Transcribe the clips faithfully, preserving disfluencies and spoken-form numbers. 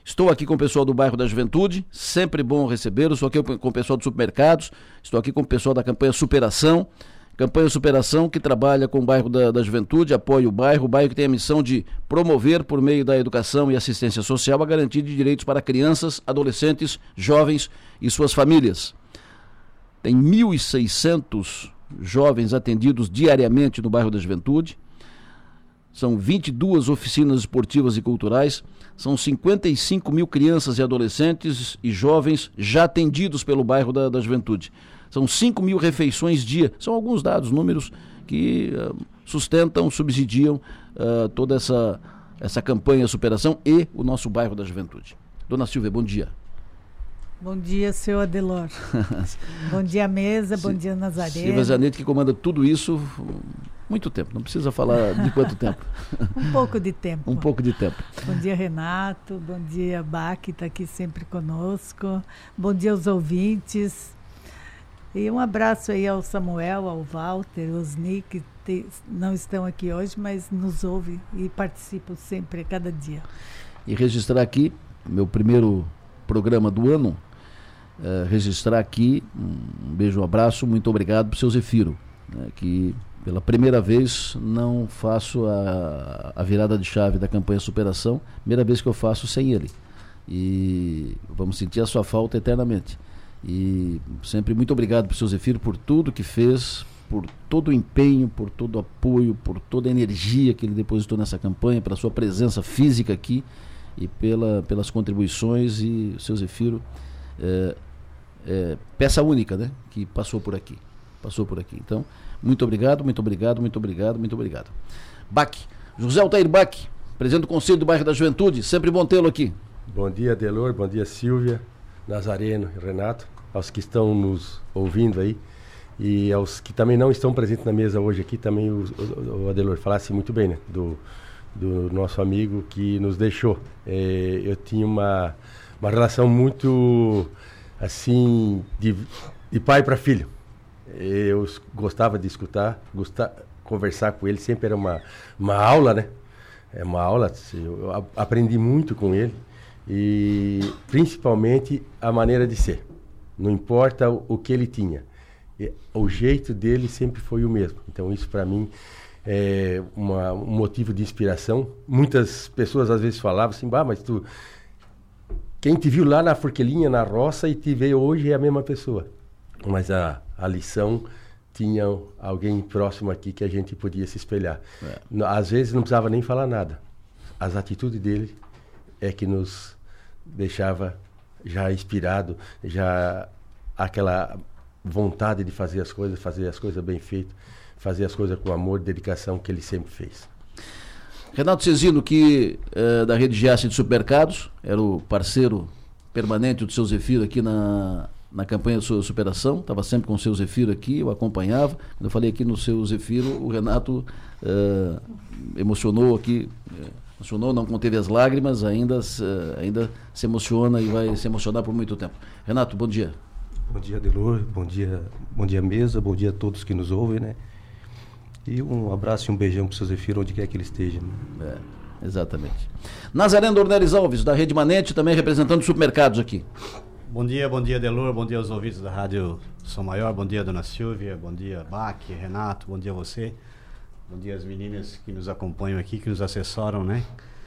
Estou aqui com o pessoal do bairro da Juventude, sempre bom recebê-los. Estou aqui com o pessoal dos supermercados, estou aqui com o pessoal da campanha Superação. Campanha Superação que trabalha com o bairro da, da Juventude, apoia o bairro, o bairro que tem a missão de promover, por meio da educação e assistência social, a garantia de direitos para crianças, adolescentes, jovens e suas famílias. Tem mil e seiscentos jovens atendidos diariamente no bairro da Juventude. São vinte e duas oficinas esportivas e culturais, são cinquenta e cinco mil crianças e adolescentes e jovens já atendidos pelo bairro da, da Juventude. São cinco mil refeições dia. São alguns dados, números que uh, sustentam, subsidiam uh, toda essa, essa campanha Superação e o nosso bairro da Juventude. Dona Silvia, bom dia. Bom dia, senhor Adelor. Bom dia, mesa, bom dia, Nazareno. Silvia Zanetti, que comanda tudo isso muito tempo, não precisa falar de quanto tempo. Um pouco de tempo. Um pouco de tempo. Bom dia, Renato, bom dia, Bach, que está aqui sempre conosco. Bom dia aos ouvintes. E um abraço aí ao Samuel, ao Walter, aos Nick, que te, não estão aqui hoje, mas nos ouvem e participam sempre, a cada dia. E registrar aqui, meu primeiro programa do ano, uh, registrar aqui, um beijo, um abraço, muito obrigado para o seu Zefiro, né, que pela primeira vez não faço a, a virada de chave da campanha Superação, primeira vez que eu faço sem ele. E vamos sentir a sua falta eternamente. E sempre muito obrigado para o seu Zefiro por tudo que fez, por todo o empenho, por todo o apoio, por toda a energia que ele depositou nessa campanha, pela sua presença física aqui e pela, pelas contribuições. E o seu Zefiro é, é peça única, né, que passou por aqui, passou por aqui. Então, muito obrigado, muito obrigado, muito obrigado, muito obrigado. Bach, José Altair Bach, presidente do Conselho do Bairro da Juventude, sempre bom tê-lo aqui. Bom dia, Adelor, bom dia, Silvia, Nazareno e Renato, aos que estão nos ouvindo aí e aos que também não estão presentes na mesa hoje aqui, também o, o, o Adelor falasse muito bem, né, do, do nosso amigo que nos deixou. É, eu tinha uma, uma relação muito, assim, de, de pai para filho. Eu gostava de escutar, gostar, conversar com ele, sempre era uma, uma aula, né? É uma aula, eu aprendi muito com ele e principalmente a maneira de ser. Não importa o, o que ele tinha, o jeito dele sempre foi o mesmo. Então isso para mim é uma, um motivo de inspiração. Muitas pessoas às vezes falavam assim, bah, mas tu, quem te viu lá na Forquelinha, na roça e te veio hoje é a mesma pessoa. Mas a, a lição tinha alguém próximo aqui que a gente podia se espelhar. É. Às vezes não precisava nem falar nada. As atitudes dele é que nos deixava já inspirado, já aquela vontade de fazer as coisas, fazer as coisas bem feitas, fazer as coisas com amor e dedicação que ele sempre fez. Renato Cezino, que é da rede Giasse de Supermercados, era o parceiro permanente do seu Zefiro aqui na... na campanha Sua Superação, estava sempre com o seu Zefiro aqui, eu acompanhava. Quando eu falei aqui no seu Zefiro, o Renato uh, emocionou aqui, uh, emocionou, não conteve as lágrimas, ainda, uh, ainda se emociona e vai se emocionar por muito tempo. Renato, bom dia. Bom dia, Adelor, bom dia, bom dia, mesa, bom dia a todos que nos ouvem, né? E um abraço e um beijão para o seu Zefiro, onde quer que ele esteja. Né? É, exatamente. Nazareno Dornelis Alves, da Rede Manente, também representando os supermercados aqui. Bom dia, bom dia, Adelor, bom dia aos ouvintes da Rádio Som Maior, bom dia, Dona Silvia, bom dia, Bach, Renato, bom dia a você, bom dia às meninas que nos acompanham aqui, que nos assessoram, né?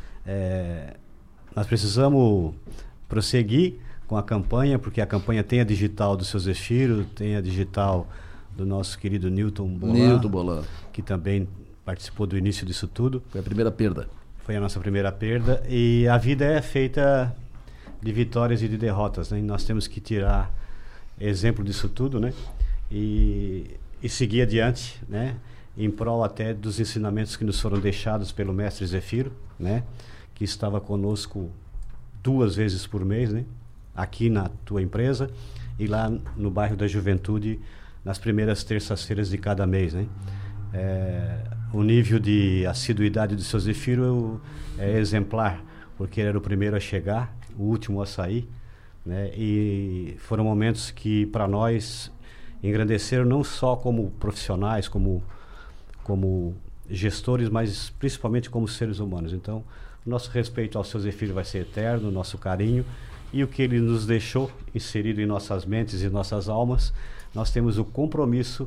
É, nós precisamos prosseguir com a campanha, porque a campanha tem a digital do seu Zefiro, tem a digital do nosso querido Newton Bolan, Newton Bolan, que também participou do início disso tudo. Foi a primeira perda. Foi a nossa primeira perda, e a vida é feita de vitórias e de derrotas, né? E nós temos que tirar exemplo disso tudo, né? E, e seguir adiante, né? Em prol até dos ensinamentos que nos foram deixados pelo mestre Zefiro, né? Que estava conosco duas vezes por mês, né? Aqui na tua empresa e lá no bairro da Juventude nas primeiras terças-feiras de cada mês, né? É, o nível de assiduidade do seu Zefiro é exemplar, porque ele era o primeiro a chegar, o último a sair, né? E foram momentos que para nós engrandeceram não só como profissionais, como, como gestores, mas principalmente como seres humanos. Então Nosso respeito ao seu Zefiro vai ser eterno, nosso carinho, e o que ele nos deixou inserido em nossas mentes e nossas almas, nós temos o compromisso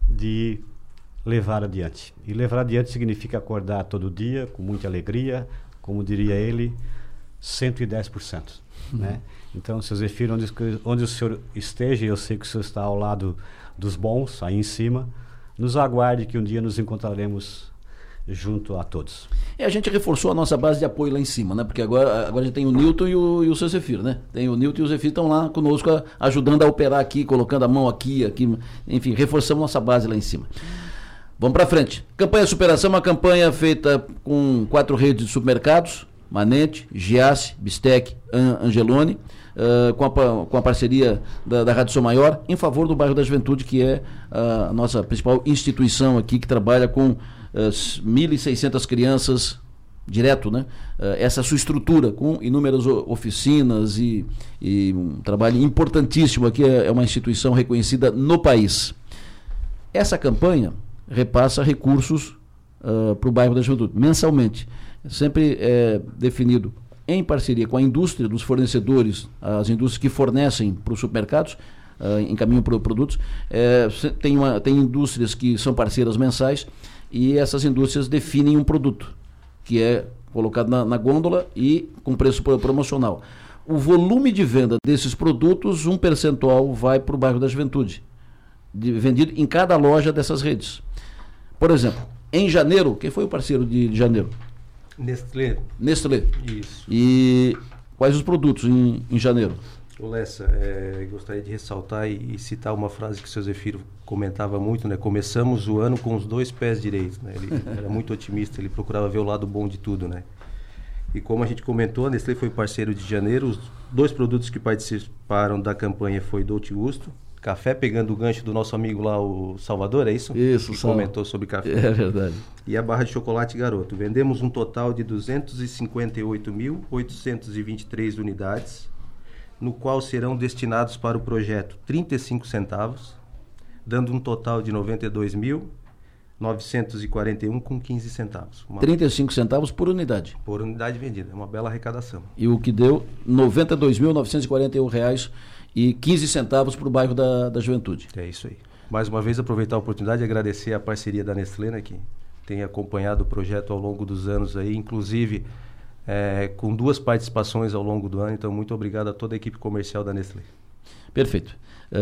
de levar adiante. E levar adiante significa acordar todo dia com muita alegria, como diria ele, cento e dez por cento. Uhum. Né? Então, seu Zefiro, onde, onde o senhor esteja, eu sei que o senhor está ao lado dos bons, aí em cima, nos aguarde que um dia nos encontraremos junto a todos. E a gente reforçou a nossa base de apoio lá em cima, né? Porque agora, agora a gente tem o Newton e o, e o seu Zefiro, né? Tem o Newton e o Zefiro estão lá conosco, a, ajudando a operar aqui, colocando a mão aqui, aqui, enfim, reforçamos nossa base lá em cima. Vamos para frente. Campanha Superação, uma campanha feita com quatro redes de supermercados, Manente, Giasse, Bistec, An, Angeloni, uh, com, a, com a parceria da, da Rádio Som Maior, em favor do bairro da Juventude, que é uh, a nossa principal instituição aqui, que trabalha com uh, mil e seiscentas crianças direto, né? Uh, essa sua estrutura, com inúmeras oficinas e, e um trabalho importantíssimo aqui, é, é uma instituição reconhecida no país. Essa campanha repassa recursos uh, para o bairro da Juventude, mensalmente. Sempre é definido em parceria com a indústria dos fornecedores, as indústrias que fornecem para os supermercados, uh, encaminham para produtos. É, tem, uma, tem indústrias que são parceiras mensais e essas indústrias definem um produto que é colocado na, na gôndola e com preço promocional. O volume de venda desses produtos, um percentual vai para o bairro da Juventude, de, vendido em cada loja dessas redes. Por exemplo, em janeiro, quem foi o parceiro de, de janeiro? Nestlé. Nestlé. Isso. E quais os produtos em, em janeiro? Ô Lessa, é, gostaria de ressaltar e, e citar uma frase que o seu Zefiro comentava muito, né? Começamos o ano com os dois pés direitos, né? Ele era muito otimista, ele procurava ver o lado bom de tudo, né? E como a gente comentou, a Nestlé foi parceiro de janeiro, os dois produtos que participaram da campanha foi Dolce Gusto, café, pegando o gancho do nosso amigo lá, o Salvador, é isso? Isso, que comentou sobre café. É verdade. E a barra de chocolate Garoto. Vendemos um total de duzentos e cinquenta e oito mil, oitocentos e vinte e três unidades, no qual serão destinados para o projeto trinta e cinco centavos, dando um total de noventa e dois mil, novecentos e quarenta e um com quinze centavos. Uma... trinta e cinco centavos por unidade. Por unidade vendida. É uma bela arrecadação. E o que deu noventa e dois mil, novecentos e quarenta e um reais e quinze centavos para o bairro da, da Juventude. É isso aí. Mais uma vez, aproveitar a oportunidade e agradecer a parceria da Nestlé, né, que tem acompanhado o projeto ao longo dos anos aí, inclusive é, com duas participações ao longo do ano. Então, muito obrigado a toda a equipe comercial da Nestlé. Perfeito.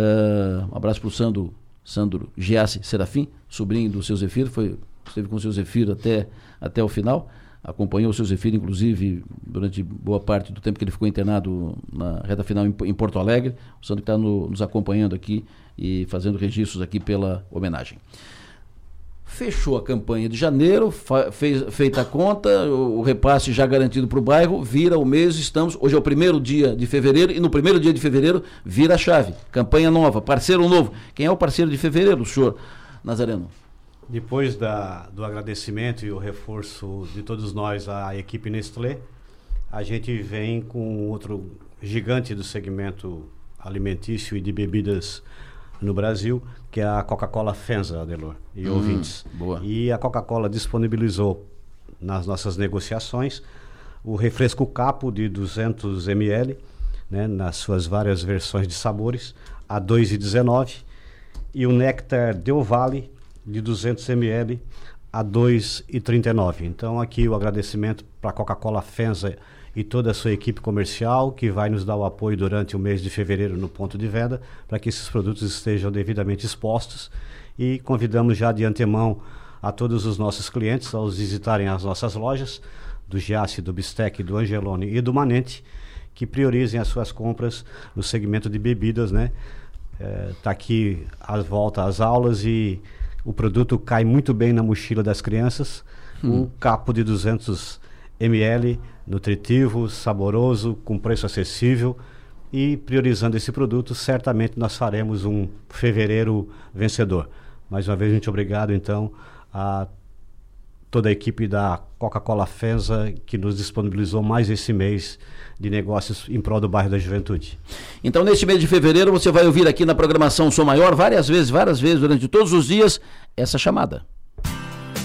Uh, um abraço para o Sandro, Sandro Giasse Serafim, sobrinho do seu Zefiro, foi, esteve com o seu Zefiro até, até o final. Acompanhou o seu Zefiro, inclusive, durante boa parte do tempo que ele ficou internado na reta final em, em Porto Alegre. O Sandro está no, nos acompanhando aqui e fazendo registros aqui pela homenagem. Fechou a campanha de janeiro, fa, fez, feita a conta, o, o repasse já garantido para o bairro, vira o mês, estamos, hoje é o primeiro dia de fevereiro, e no primeiro dia de fevereiro vira a chave, campanha nova, parceiro novo. Quem é o parceiro de fevereiro, senhor Nazareno? Depois da, do agradecimento e o reforço de todos nós à equipe Nestlé, a gente vem com outro gigante do segmento alimentício e de bebidas no Brasil, que é a Coca-Cola FEMSA, Adelor, e hum, ouvintes. Boa. E a Coca-Cola disponibilizou nas nossas negociações o refresco Capo de duzentos mililitros, né, nas suas várias versões de sabores, a dois reais e dezenove centavos, e o Nectar Del Valle de duzentos mililitros a dois reais e trinta e nove centavos. Então aqui o agradecimento para a Coca-Cola FEMSA e toda a sua equipe comercial, que vai nos dar o apoio durante o mês de fevereiro no ponto de venda, para que esses produtos estejam devidamente expostos, e convidamos já de antemão a todos os nossos clientes a visitarem as nossas lojas do Giasse, do Bistec, do Angeloni e do Manente, que priorizem as suas compras no segmento de bebidas, né? Está é, aqui a volta às aulas e o produto cai muito bem na mochila das crianças. Hum. Um capo de duzentos mililitros, nutritivo, saboroso, com preço acessível, e priorizando esse produto, certamente nós faremos um fevereiro vencedor. Mais uma vez, muito obrigado, então, a toda a equipe da Coca-Cola FEMSA, que nos disponibilizou mais esse mês de negócios em prol do bairro da Juventude. Então, neste mês de fevereiro, você vai ouvir aqui na programação Som Maior, várias vezes, várias vezes, durante todos os dias, essa chamada.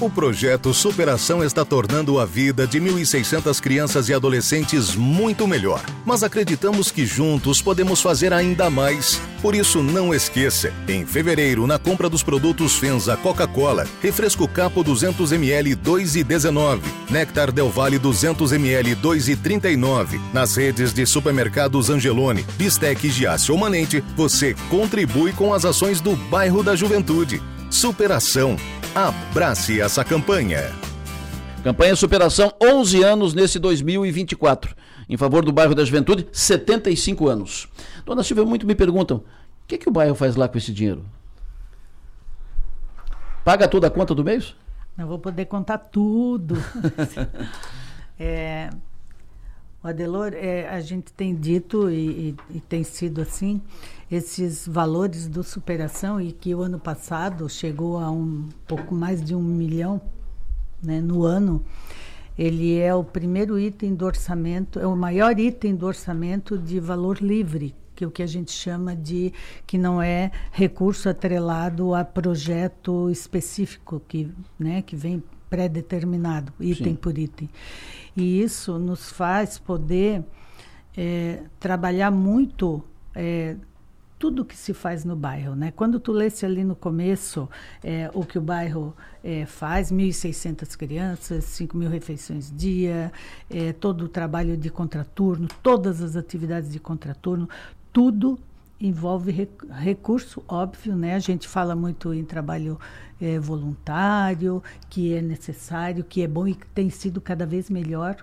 O projeto Superação está tornando a vida de mil e seiscentas crianças e adolescentes muito melhor. Mas acreditamos que juntos podemos fazer ainda mais. Por isso, não esqueça, em fevereiro, na compra dos produtos Fenza Coca-Cola, refresco Capo duzentos mililitros dois e dezenove, Néctar Del Valle duzentos mililitros dois e trinta e nove. Nas redes de supermercados Angelone, Bistec, Giasse ou Manente, você contribui com as ações do Bairro da Juventude. Superação. Abrace essa campanha. Campanha Superação, onze anos nesse dois mil e vinte e quatro. Em favor do Bairro da Juventude, setenta e cinco anos. Dona Silvia, muito me perguntam, o que, que o bairro faz lá com esse dinheiro? Paga toda a conta do mês? Não vou poder contar tudo. é, o Adelor, é, a gente tem dito e, e, e tem sido assim, esses valores do Superação, e que o ano passado chegou a um pouco mais de um milhão, né, no ano. Ele é o primeiro item do orçamento, é o maior item do orçamento de valor livre, que é o que a gente chama de, que não é recurso atrelado a projeto específico, que, né, que vem pré-determinado, item Sim. por item. E isso nos faz poder é, trabalhar muito é, tudo que se faz no bairro, né? Quando tu lesse ali no começo é, o que o bairro é, faz, mil e seiscentas crianças, cinco mil refeições dia, é, todo o trabalho de contraturno, todas as atividades de contraturno, tudo envolve rec- recurso, óbvio, né? A gente fala muito em trabalho é, voluntário, que é necessário, que é bom e que tem sido cada vez melhor,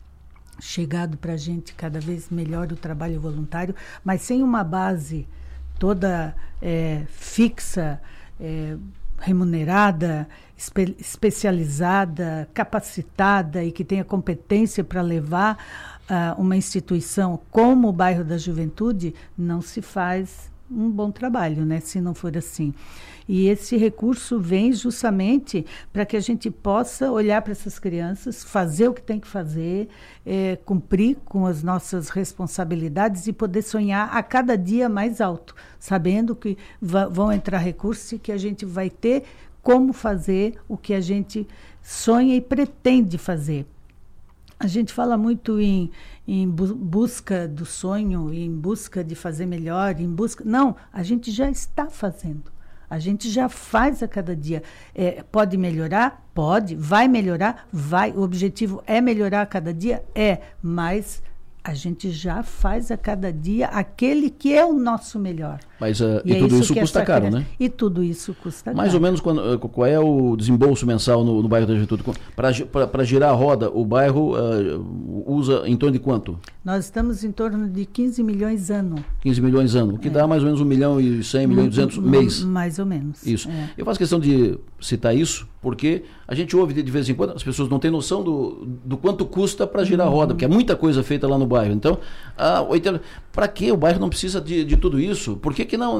chegado para a gente cada vez melhor o trabalho voluntário, mas sem uma base toda é, fixa, é, remunerada, espe- especializada, capacitada e que tenha competência para levar uh, uma instituição como o Bairro da Juventude, não se faz um bom trabalho, né, se não for assim. E esse recurso vem justamente para que a gente possa olhar para essas crianças, fazer o que tem que fazer, é, cumprir com as nossas responsabilidades e poder sonhar a cada dia mais alto, sabendo que va- vão entrar recursos e que a gente vai ter como fazer o que a gente sonha e pretende fazer. A gente fala muito em, em bu- busca do sonho, em busca de fazer melhor, em busca... Não, a gente já está fazendo. A gente já faz a cada dia. É, pode melhorar? Pode. Vai melhorar? Vai. O objetivo é melhorar a cada dia? É. Mas a gente já faz a cada dia aquele que é o nosso melhor. Mas uh, e, e tudo isso, isso custa caro, né? E tudo isso custa Mais caro. ou menos quando, qual é o desembolso mensal no, no bairro da Juventude? Para girar a roda, o bairro uh, usa em torno de quanto? Nós estamos em torno de quinze milhões ano. quinze milhões ano, o que é. dá mais ou menos um milhão e cem, um milhão e duzentos mês. Mais ou menos. Isso. É. Eu faço questão de citar isso, porque a gente ouve de, de vez em quando, as pessoas não têm noção do, do quanto custa para girar a roda, porque é muita coisa feita lá no bairro. Então, ah, para que o bairro não precisa de, de tudo isso? Por que que não?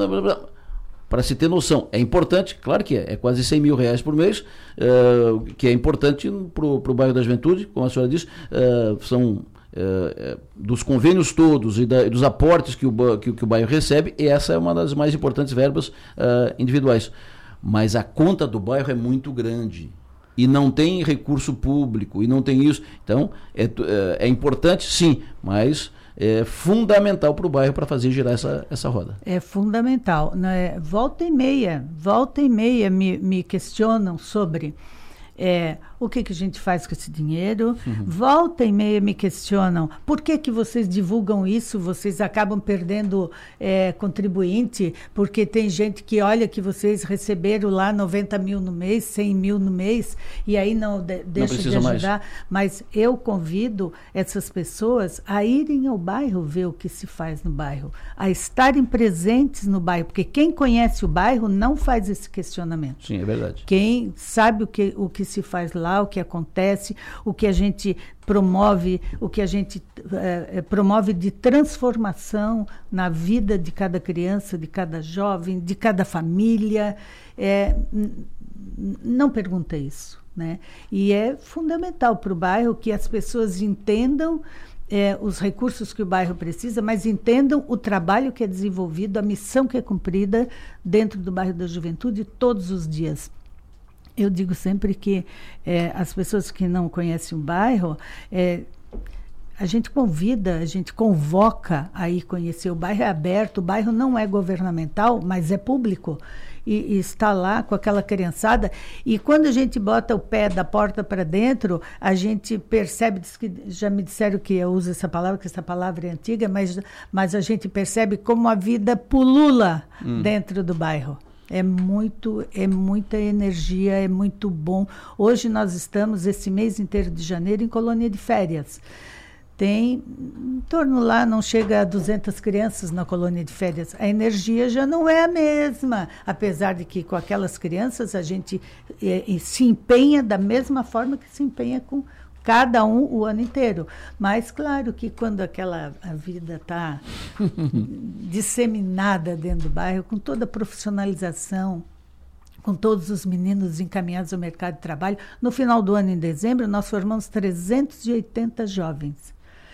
Para se ter noção, é importante, claro que é, é quase cem mil reais por mês, uh, que é importante para o bairro da Juventude, como a senhora disse, uh, são uh, dos convênios todos e, da, e dos aportes que o, que, que o bairro recebe, e essa é uma das mais importantes verbas uh, individuais. Mas a conta do bairro é muito grande e não tem recurso público e não tem isso. Então, é, é, é importante sim, mas é fundamental para o bairro para fazer girar essa, essa roda. É fundamental. Né? Volta e meia, volta e meia me, me questionam sobre é, o que, que a gente faz com esse dinheiro. Uhum. Volta e meia me questionam por que, que vocês divulgam isso, vocês acabam perdendo é, contribuinte, porque tem gente que olha que vocês receberam lá noventa mil no mês, cem mil no mês, e aí não de, deixa de ajudar. Mais. Mas eu convido essas pessoas a irem ao bairro ver o que se faz no bairro, a estarem presentes no bairro, porque quem conhece o bairro não faz esse questionamento. Sim, é verdade. Quem sabe o que, o que se faz lá, o que acontece, o que a gente promove, o que a gente é, promove de transformação na vida de cada criança, de cada jovem, de cada família. É, não pergunta isso, né? E é fundamental para o bairro que as pessoas entendam é, os recursos que o bairro precisa, mas entendam o trabalho que é desenvolvido, a missão que é cumprida dentro do bairro da Juventude todos os dias. Eu digo sempre que é, as pessoas que não conhecem o bairro, é, a gente convida, a gente convoca a ir conhecer. O bairro é aberto, o bairro não é governamental, mas é público. E, e está lá com aquela criançada. E quando a gente bota o pé da porta para dentro, a gente percebe, diz que, já me disseram que eu uso essa palavra, que essa palavra é antiga, mas, mas a gente percebe como a vida pulula hum. dentro do bairro. É muito, é muita energia, é muito bom. Hoje nós estamos, esse mês inteiro de janeiro, em colônia de férias. Tem, em torno lá, não chega a duzentas crianças na colônia de férias. A energia já não é a mesma, apesar de que com aquelas crianças a gente é, se empenha da mesma forma que se empenha com cada um o ano inteiro. Mas, claro que quando aquela a vida está disseminada dentro do bairro, com toda a profissionalização, com todos os meninos encaminhados ao mercado de trabalho, no final do ano, em dezembro, nós formamos trezentos e oitenta jovens.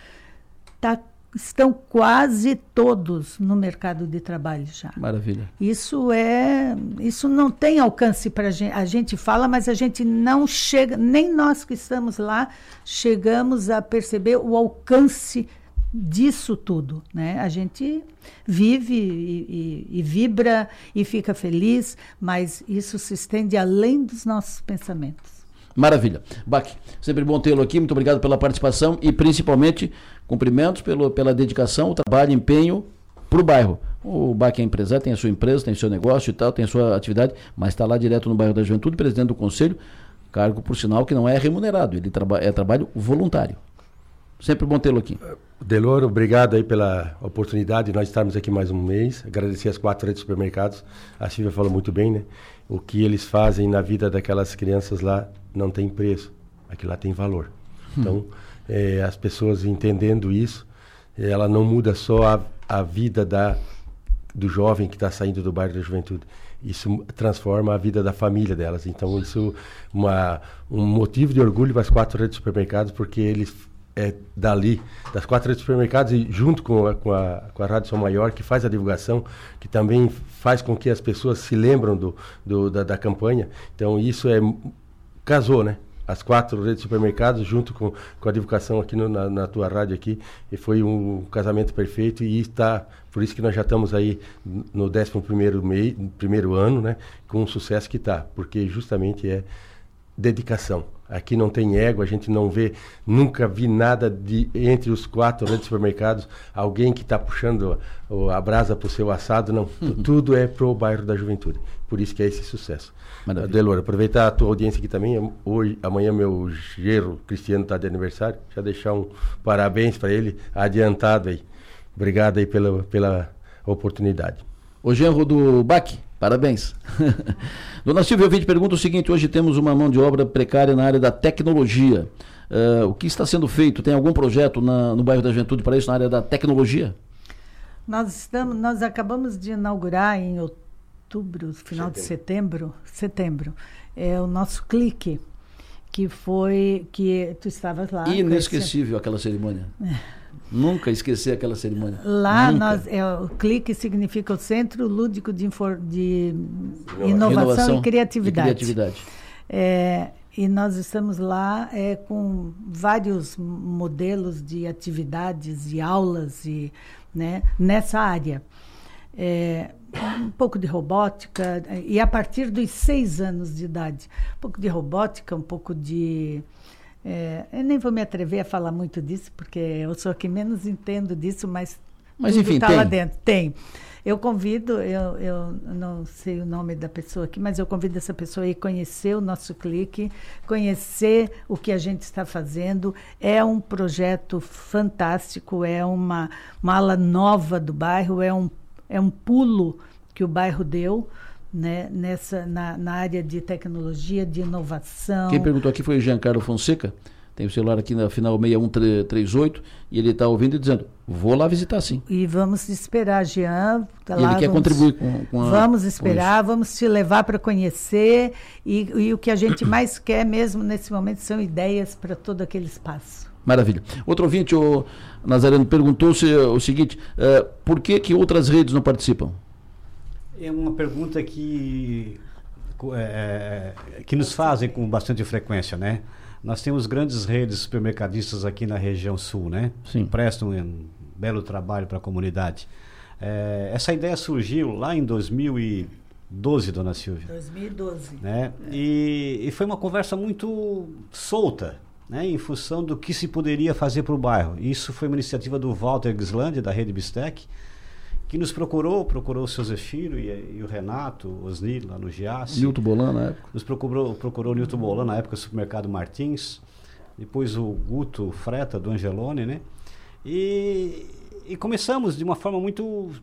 Tá, estão quase todos no mercado de trabalho já. Maravilha. Isso é, isso não tem alcance para a gente. A gente fala, mas a gente não chega, nem nós que estamos lá, chegamos a perceber o alcance disso tudo, né? A gente vive e, e, e vibra e fica feliz, mas isso se estende além dos nossos pensamentos. Maravilha. Bach, sempre bom tê-lo aqui, muito obrigado pela participação e principalmente cumprimentos pelo, pela dedicação, o trabalho, empenho para o bairro. O Bach é empresário, tem a sua empresa, tem o seu negócio e tal, tem a sua atividade, mas está lá direto no bairro da Juventude, presidente do conselho, cargo por sinal que não é remunerado, ele traba- é trabalho voluntário. Sempre bom tê-lo aqui. Delor, obrigado aí pela oportunidade de nós estarmos aqui mais um mês. Agradecer as quatro redes de supermercados. A Silvia falou muito bem, né? O que eles fazem na vida daquelas crianças lá não tem preço. Aquilo lá tem valor. Hum. Então, é, as pessoas entendendo isso, ela não muda só a, a vida da, do jovem que está saindo do bairro da Juventude. Isso transforma a vida da família delas. Então, isso é uma, um motivo de orgulho para as quatro redes de supermercados, porque eles... é dali, das quatro redes de supermercados e junto com a, com, a, com a Rádio Som Maior, que faz a divulgação, que também faz com que as pessoas se lembram do, do, da, da campanha. Então isso é, casou, né? As quatro redes de supermercados junto com, com a divulgação aqui no, na, na tua rádio aqui, e foi um casamento perfeito e está, por isso que nós já estamos aí no décimo primeiro, mei, primeiro ano, né? Com o sucesso que está, porque justamente é dedicação. Aqui não tem ego, a gente não vê, nunca vi nada de entre os quatro redes de supermercados, alguém que está puxando a, a brasa para o seu assado, não. Uhum. Tudo é pro bairro da Juventude. Por isso que é esse sucesso. Delor, aproveitar a tua audiência aqui também. Hoje, amanhã meu genro Cristiano está de aniversário. Já deixar um parabéns para ele, adiantado aí. Obrigado aí pela, pela oportunidade. O genro do Bach, parabéns. Dona Silvia, eu te pergunto o seguinte: hoje temos uma mão de obra precária na área da tecnologia. Uh, o que está sendo feito? Tem algum projeto na, no bairro da Juventude para isso, na área da tecnologia? Nós, estamos, nós acabamos de inaugurar em outubro, final setembro. de setembro, setembro, é o nosso clique, que foi, que tu estavas lá. Inesquecível aquela cerimônia. É. Nunca esquecer aquela cerimônia. Lá nós, é, o clique significa o Centro Lúdico de, Infor, de Inovação, Inovação e Criatividade. E, criatividade. É, e nós estamos lá é, com vários modelos de atividades e aulas e, né, nessa área. É, um pouco de robótica, e a partir dos seis anos de idade. Um pouco de robótica, um pouco de... É, eu nem vou me atrever a falar muito disso, porque eu sou a que menos entendo disso, mas, mas tudo está lá dentro. Tem. Eu convido, eu, eu não sei o nome da pessoa aqui, mas eu convido essa pessoa a ir conhecer o nosso clique, conhecer o que a gente está fazendo. É um projeto fantástico, é uma, uma ala nova do bairro, é um, é um pulo que o bairro deu, né, nessa, na, na área de tecnologia, de inovação. Quem perguntou aqui foi o Giancarlo Fonseca, tem o celular aqui na final seis um três oito, e ele está ouvindo e dizendo, vou lá visitar sim. E vamos esperar, Jean. Tá e lá, ele quer vamos, contribuir com, com a... Vamos esperar, vamos te levar para conhecer, e, e o que a gente mais quer mesmo nesse momento são ideias para todo aquele espaço. Maravilha. Outro ouvinte, o Nazareno, perguntou-se o seguinte, uh, por que que outras redes não participam? É uma pergunta que é, que nos fazem com bastante frequência, né? Nós temos grandes redes supermercadistas aqui na região sul, né? Sim. Prestam um belo trabalho para a comunidade. É, essa ideia surgiu lá em dois mil e doze, dona Silvia. dois mil e doze. Né? É. E, e foi uma conversa muito solta, né? Em função do que se poderia fazer para o bairro. Isso foi uma iniciativa do Walter Gislandi, da Rede Bistec, que nos procurou, procurou o seu Zefiro e, e o Renato, o Osni, lá no Giassi. Nilton Bolan, na época. Nos procurou, procurou o Nilton Bolan, na época, do Supermercado Martins. Depois o Guto Freta, do Angelone, né? E, e começamos de uma forma muito,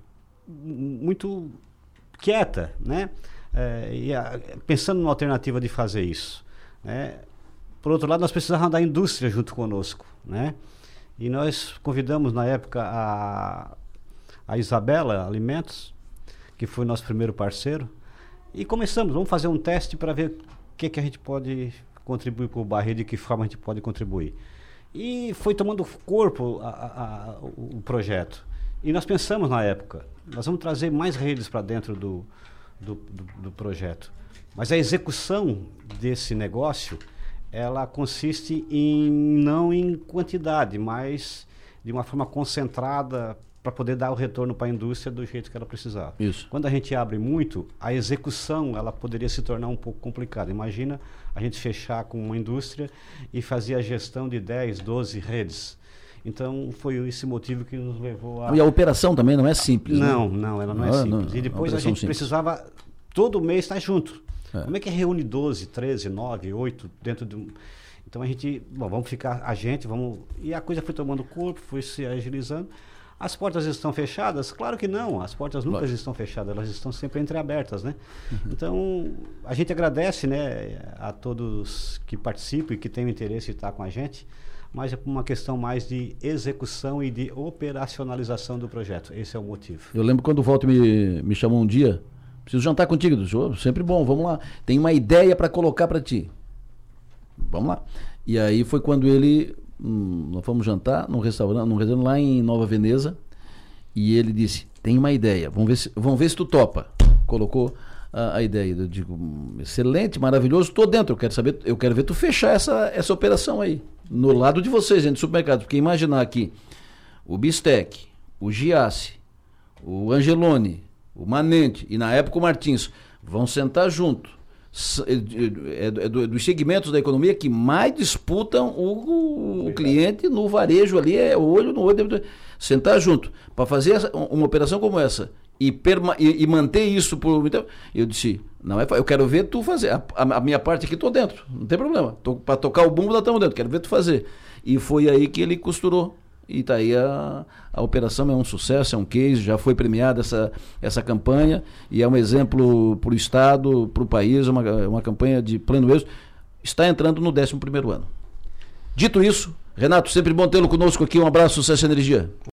muito quieta, né? É, e a, pensando numa alternativa de fazer isso, né? Por outro lado, nós precisávamos da indústria junto conosco, né? E nós convidamos, na época, a... a Isabela Alimentos, que foi nosso primeiro parceiro, e começamos, vamos fazer um teste para ver o que, que a gente pode contribuir para o bairro e de que forma a gente pode contribuir. E foi tomando corpo a, a, a, o projeto. E nós pensamos na época, nós vamos trazer mais redes para dentro do, do, do, do projeto. Mas a execução desse negócio, ela consiste em, não em quantidade, mas de uma forma concentrada, para poder dar o retorno para a indústria do jeito que ela precisava. Isso. Quando a gente abre muito, a execução ela poderia se tornar um pouco complicada. Imagina a gente fechar com uma indústria e fazer a gestão de dez, doze redes. Então, foi esse motivo que nos levou a... E a operação também não é simples, Não, né? não, ela não, não é simples. Não, e depois a gente simples. precisava todo mês estar junto. É. Como é que reúne doze, treze, nove, oito dentro de um... Então, a gente, bom, vamos ficar a gente, vamos... E a coisa foi tomando corpo, foi se agilizando. As portas estão fechadas? Claro que não, as portas nunca Lógico. estão fechadas, elas estão sempre entreabertas, né? Uhum. Então, a gente agradece, né, a todos que participam e que têm o interesse de estar com a gente, mas é por uma questão mais de execução e de operacionalização do projeto, esse é o motivo. Eu lembro quando o Walter me, me chamou um dia, preciso jantar contigo, do sempre bom, vamos lá, tem uma ideia para colocar para ti, vamos lá. E aí foi quando ele... Hum, nós fomos jantar num restaurante, num restaurante lá em Nova Veneza, e ele disse, tem uma ideia, vamos ver se, vamos ver se tu topa. Colocou a, a ideia. Eu digo, excelente, maravilhoso, estou dentro, eu quero saber, eu quero ver tu fechar essa, essa operação aí, no lado de vocês, gente, do supermercado, porque imaginar aqui o Bistec, o Giassi, o Angelone, o Manente e na época o Martins vão sentar junto. É, é dos segmentos da economia que mais disputam o, o cliente no varejo ali, é olho no olho, sentar junto para fazer essa, uma operação como essa e, perma, e, e manter isso por então, eu disse, não é, eu quero ver tu fazer a, a, a minha parte aqui, tô dentro, não tem problema, para tocar o bumbo nós estamos dentro, quero ver tu fazer. E foi aí que ele costurou. E tá aí a, a operação é um sucesso, é um case, já foi premiada essa, essa campanha e é um exemplo para o Estado, para o país, é uma, uma campanha de pleno êxito. Está entrando no décimo primeiro ano. Dito isso, Renato, sempre bom tê-lo conosco aqui, um abraço, sucesso e energia.